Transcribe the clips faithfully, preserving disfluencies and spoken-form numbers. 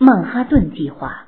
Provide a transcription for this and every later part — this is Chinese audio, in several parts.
曼哈顿计划。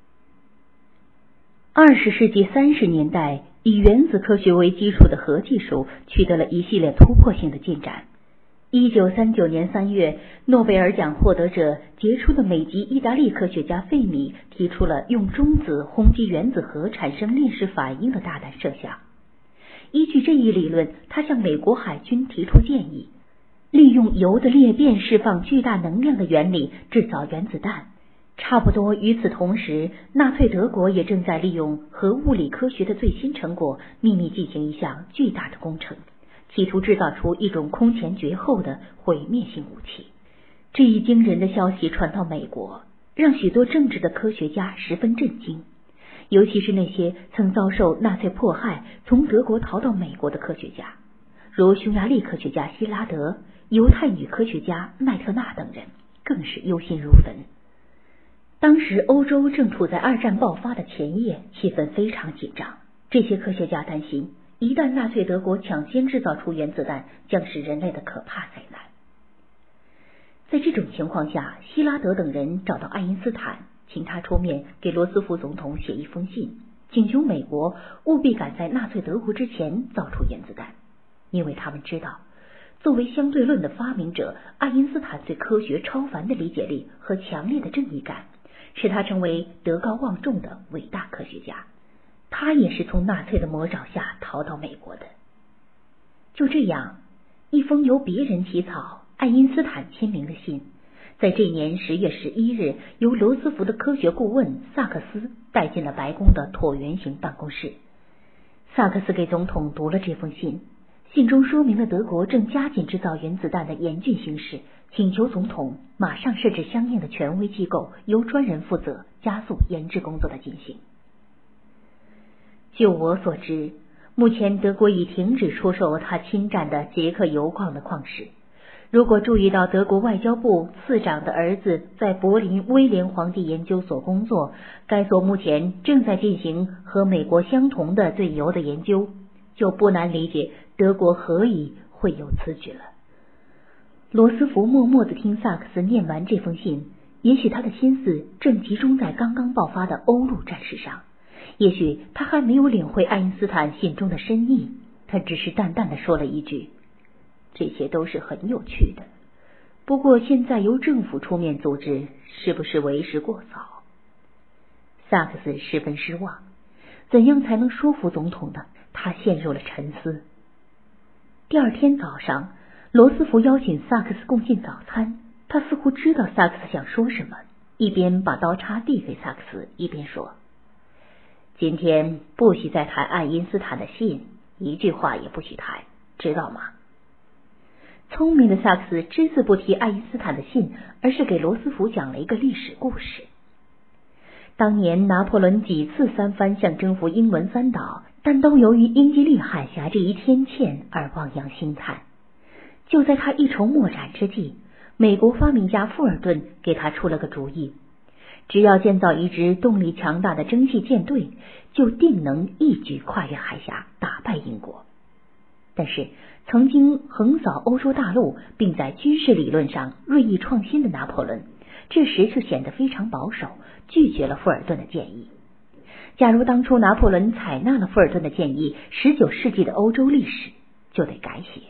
二十世纪三十年代，以原子科学为基础的核技术取得了一系列突破性的进展。一九三九年三月，诺贝尔奖获得者、杰出的美籍意大利科学家费米提出了用中子轰击原子核产生链式反应的大胆设想。依据这一理论，他向美国海军提出建议，利用铀的裂变释放巨大能量的原理制造原子弹。差不多与此同时，纳粹德国也正在利用核物理科学的最新成果，秘密进行一项巨大的工程，企图制造出一种空前绝后的毁灭性武器。这一惊人的消息传到美国，让许多正直的科学家十分震惊，尤其是那些曾遭受纳粹迫害从德国逃到美国的科学家，如匈牙利科学家希拉德、犹太女科学家麦特纳等人，更是忧心如焚。当时欧洲正处在二战爆发的前夜，气氛非常紧张。这些科学家担心，一旦纳粹德国抢先制造出原子弹，将是人类的可怕灾难。在这种情况下，希拉德等人找到爱因斯坦，请他出面给罗斯福总统写一封信，请求美国务必赶在纳粹德国之前造出原子弹，因为他们知道，作为相对论的发明者，爱因斯坦对科学超凡的理解力和强烈的正义感使他成为德高望重的伟大科学家。他也是从纳粹的魔爪下逃到美国的。就这样，一封由别人起草、爱因斯坦签名的信，在这年十月十一日由罗斯福的科学顾问萨克斯带进了白宫的椭圆形办公室。萨克斯给总统读了这封信，信中说明了德国正加紧制造原子弹的严峻形势，请求总统马上设置相应的权威机构，由专人负责，加速研制工作的进行。就我所知，目前德国已停止出售他侵占的捷克铀矿的矿石。如果注意到德国外交部次长的儿子在柏林威廉皇帝研究所工作，该所目前正在进行和美国相同的对铀的研究，就不难理解德国何以会有此举了。罗斯福默默地听萨克斯念完这封信，也许他的心思正集中在刚刚爆发的欧陆战事上，也许他还没有领会爱因斯坦信中的深意，他只是淡淡地说了一句，这些都是很有趣的，不过现在由政府出面组织，是不是为时过早？萨克斯十分失望，怎样才能说服总统呢？他陷入了沉思。第二天早上，罗斯福邀请萨克斯共进早餐，他似乎知道萨克斯想说什么，一边把刀叉递给萨克斯，一边说，今天不许再谈爱因斯坦的信，一句话也不许谈，知道吗？聪明的萨克斯只字不提爱因斯坦的信，而是给罗斯福讲了一个历史故事。当年拿破仑几次三番想征服英伦三岛，但都由于英吉利海峡这一天堑而望洋兴叹。就在他一筹莫展之际，美国发明家富尔顿给他出了个主意，只要建造一支动力强大的蒸汽舰队，就定能一举跨越海峡，打败英国。但是曾经横扫欧洲大陆并在军事理论上锐意创新的拿破仑，这时就显得非常保守，拒绝了富尔顿的建议。假如当初拿破仑采纳了富尔顿的建议，十九世纪的欧洲历史就得改写。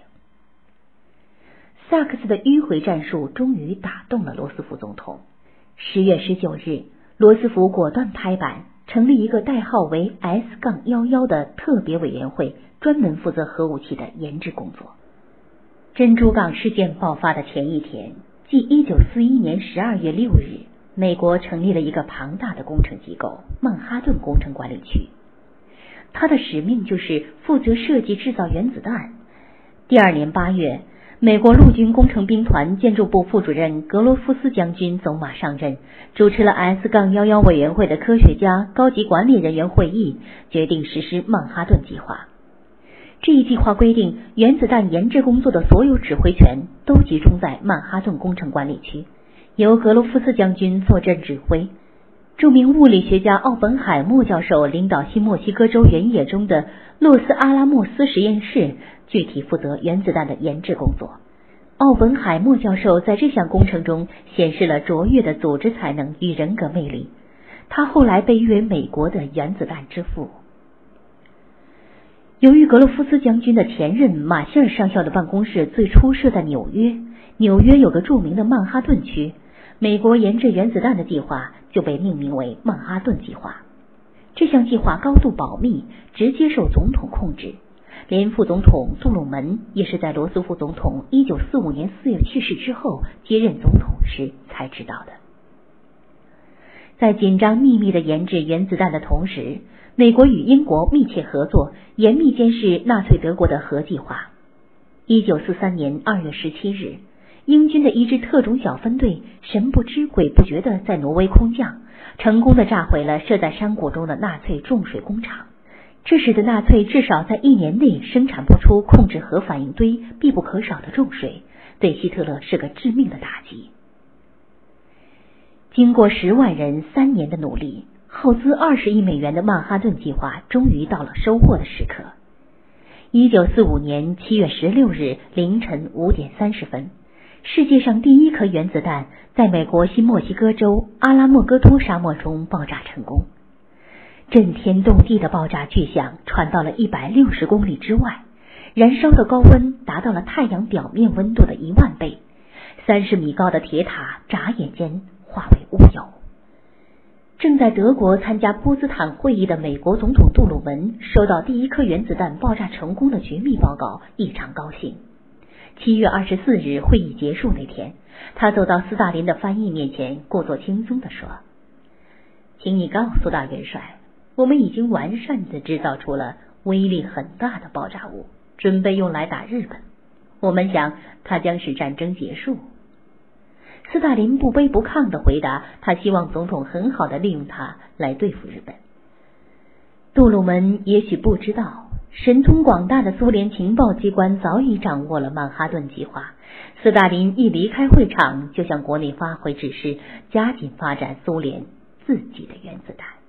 萨克斯的迂回战术终于打动了罗斯福总统。十月十九日，罗斯福果断拍板，成立一个代号为 S 一一 的特别委员会，专门负责核武器的研制工作。珍珠港事件爆发的前一天，即一九四一年十二月六日，美国成立了一个庞大的工程机构——曼哈顿工程管理区。它的使命就是负责设计制造原子弹。第二年八月，美国陆军工程兵团建筑部副主任格罗夫斯将军走马上任，主持了 S 一一 委员会的科学家、高级管理人员会议，决定实施曼哈顿计划。这一计划规定，原子弹研制工作的所有指挥权都集中在曼哈顿工程管理区，由格罗夫斯将军坐镇指挥。著名物理学家奥本海默教授领导新墨西哥州原野中的洛斯阿拉莫斯实验室，具体负责原子弹的研制工作。 奥本海默教授在这项工程中显示了卓越的组织才能与人格魅力，他后来被誉为美国的原子弹之父。由于格罗夫斯将军的前任马歇尔上校的办公室最初设在纽约，纽约有个著名的曼哈顿区，美国研制原子弹的计划就被命名为曼哈顿计划。这项计划高度保密，直接受总统控制，连副总统杜鲁门也是在罗斯福总统一九四五年四月去世之后接任总统时才知道的。在紧张秘密地研制原子弹的同时，美国与英国密切合作，严密监视纳粹德国的核计划。一九四三年二月十七日，英军的一支特种小分队神不知鬼不觉地在挪威空降，成功地炸毁了设在山谷中的纳粹重水工厂，这使得纳粹至少在一年内生产不出控制核反应堆必不可少的重水，对希特勒是个致命的打击。经过十万人三年的努力，耗资二十亿美元的曼哈顿计划终于到了收获的时刻。一九四五年七月十六日凌晨五点三十分，世界上第一颗原子弹在美国新墨西哥州阿拉莫戈托沙漠中爆炸成功。震天动地的爆炸巨响传到了一百六十公里之外，燃烧的高温达到了太阳表面温度的一万倍，三十米高的铁塔眨眼间化为乌有。正在德国参加波茨坦会议的美国总统杜鲁门收到第一颗原子弹爆炸成功的绝密报告，异常高兴。七月二十四日会议结束那天，他走到斯大林的翻译面前，故作轻松地说：“请你告诉大元帅，我们已经完善地制造出了威力很大的爆炸物，准备用来打日本。我们想，它将使战争结束。”斯大林不卑不亢地回答，他希望总统很好地利用它来对付日本。杜鲁门也许不知道，神通广大的苏联情报机关早已掌握了曼哈顿计划。斯大林一离开会场，就向国内发回指示，加紧发展苏联自己的原子弹。